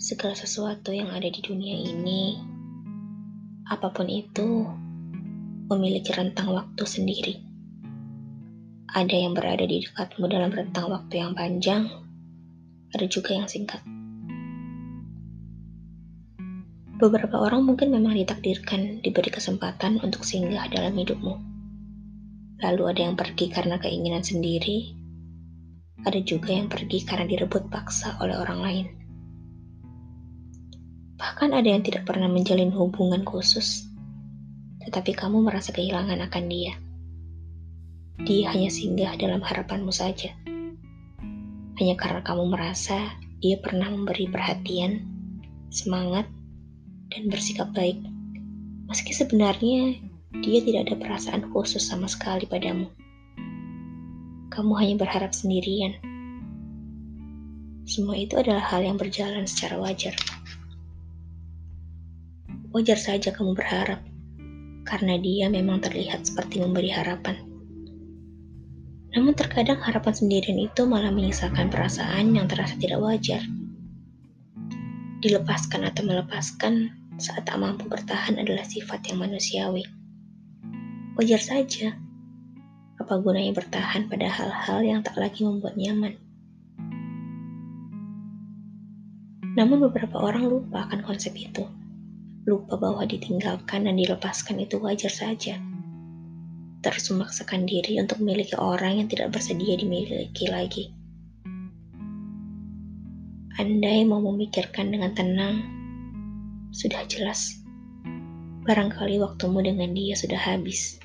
Segala sesuatu yang ada di dunia ini, apapun itu, memiliki rentang waktu sendiri. Ada yang berada di dekatmu dalam rentang waktu yang panjang, ada juga yang singkat. Beberapa orang mungkin memang ditakdirkan diberi kesempatan untuk singgah dalam hidupmu. Lalu ada yang pergi karena keinginan sendiri, ada juga yang pergi karena direbut paksa oleh orang lain. Bahkan ada yang tidak pernah menjalin hubungan khusus, tetapi kamu merasa kehilangan akan dia. Dia hanya singgah dalam harapanmu saja. Hanya karena kamu merasa dia pernah memberi perhatian, semangat, dan bersikap baik. Meski sebenarnya dia tidak ada perasaan khusus sama sekali padamu. Kamu hanya berharap sendirian. Semua itu adalah hal yang berjalan secara wajar. Wajar saja kamu berharap, karena dia memang terlihat seperti memberi harapan. Namun terkadang harapan sendirian itu malah menyisakan perasaan yang terasa tidak wajar. Dilepaskan atau melepaskan saat tak mampu bertahan adalah sifat yang manusiawi. Wajar saja. Apa gunanya bertahan pada hal-hal yang tak lagi membuat nyaman? Namun beberapa orang lupa akan konsep itu. Lupa bahwa ditinggalkan dan dilepaskan itu wajar saja. Terus memaksakan diri untuk memiliki orang yang tidak bersedia dimiliki lagi. Andai mau memikirkan dengan tenang, sudah jelas. Barangkali waktumu dengan dia sudah habis.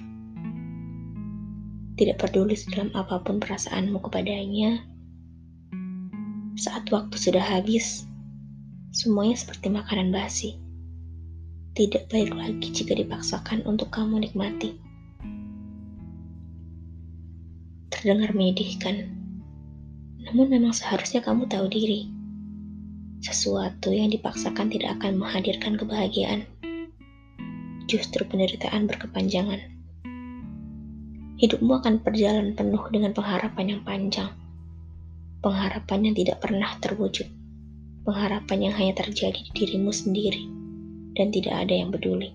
Tidak peduli sedalam apapun perasaanmu kepadanya, saat waktu sudah habis, semuanya seperti makanan basi. Tidak baik lagi jika dipaksakan untuk kamu nikmati. Terdengar menyedihkan, namun memang seharusnya kamu tahu diri. Sesuatu yang dipaksakan tidak akan menghadirkan kebahagiaan. Justru penderitaan berkepanjangan. Hidupmu akan berjalan penuh dengan pengharapan yang panjang. Pengharapan yang tidak pernah terwujud. Pengharapan yang hanya terjadi di dirimu sendiri dan tidak ada yang peduli.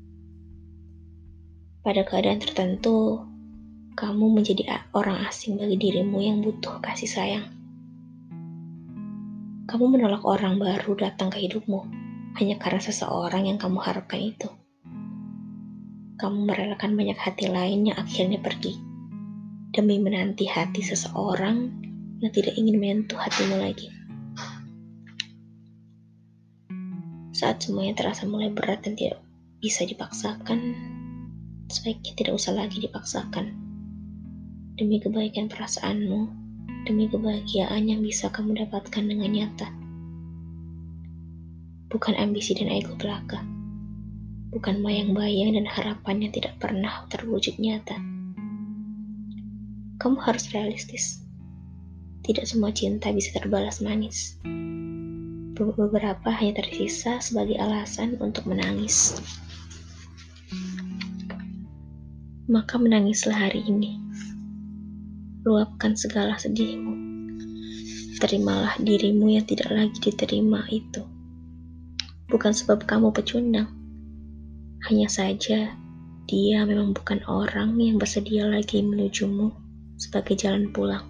Pada keadaan tertentu, kamu menjadi orang asing bagi dirimu yang butuh kasih sayang. Kamu menolak orang baru datang ke hidupmu hanya karena seseorang yang kamu harapkan itu. Kamu merelakan banyak hati lain yang akhirnya pergi demi menanti hati seseorang yang tidak ingin menyentuh hatimu lagi. Saat semuanya terasa mulai berat dan tidak bisa dipaksakan, sebaiknya tidak usah lagi dipaksakan. Demi kebaikan perasaanmu, demi kebahagiaan yang bisa kamu dapatkan dengan nyata. Bukan ambisi dan ego belaka. Bukan bayang-bayang dan harapan yang tidak pernah terwujud nyata. Kamu harus realistis. Tidak semua cinta bisa terbalas manis. Beberapa hanya tersisa sebagai alasan untuk menangis. Maka menangislah hari ini. Luapkan segala sedihmu. Terimalah dirimu yang tidak lagi diterima itu. Bukan sebab kamu pecundang. Hanya saja, dia memang bukan orang yang bersedia lagi menujumu sebagai jalan pulang.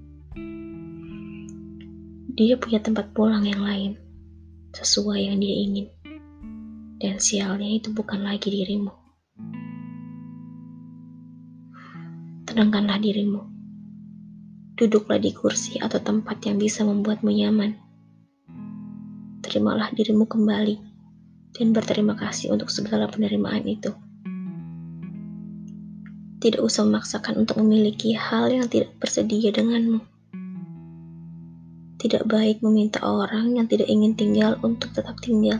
Dia punya tempat pulang yang lain, sesuai yang dia ingin. Dan sialnya itu bukan lagi dirimu. Tenangkanlah dirimu. Duduklah di kursi atau tempat yang bisa membuatmu nyaman. Terimalah dirimu kembali dan berterima kasih untuk segala penerimaan itu. Tidak usah memaksakan untuk memiliki hal yang tidak bersedia denganmu. Tidak baik meminta orang yang tidak ingin tinggal untuk tetap tinggal.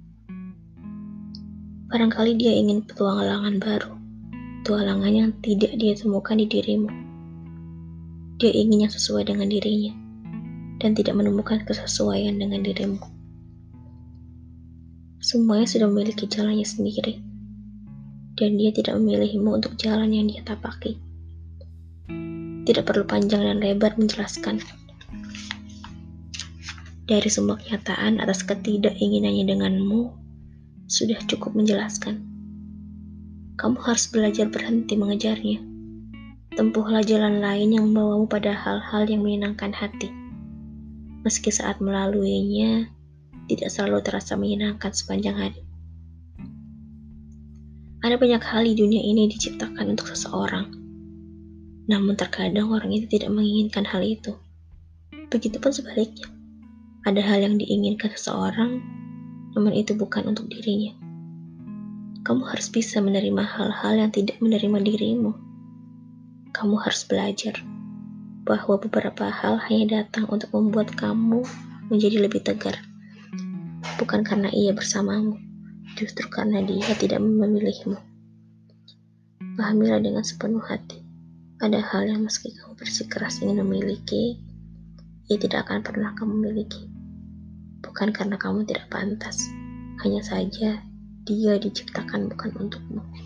Barangkali dia ingin petualangan baru, petualangan yang tidak dia temukan di dirimu. Dia ingin yang sesuai dengan dirinya, dan tidak menemukan kesesuaian dengan dirimu. Semuanya sudah memiliki jalannya sendiri, dan dia tidak memilihmu untuk jalan yang dia tapaki. Tidak perlu panjang dan lebar menjelaskan. Dari semua kenyataan atas ketidakinginannya denganmu sudah cukup menjelaskan. Kamu harus belajar berhenti mengejarnya. Tempuhlah jalan lain yang membawamu pada hal-hal yang menyenangkan hati. Meski saat melaluinya tidak selalu terasa menyenangkan sepanjang hari. Ada banyak hal di dunia ini diciptakan untuk seseorang. Namun terkadang orang itu tidak menginginkan hal itu. Begitupun sebaliknya. Ada hal yang diinginkan seseorang, namun itu bukan untuk dirinya. Kamu harus bisa menerima hal-hal yang tidak menerima dirimu. Kamu harus belajar bahwa beberapa hal hanya datang untuk membuat kamu menjadi lebih tegar. Bukan karena ia bersamamu, justru karena dia tidak memilihmu. Pahamilah dengan sepenuh hati. Ada hal yang meski kamu bersikeras ingin memiliki, ia tidak akan pernah kamu miliki. Bukan karena kamu tidak pantas, hanya saja dia diciptakan bukan untukmu.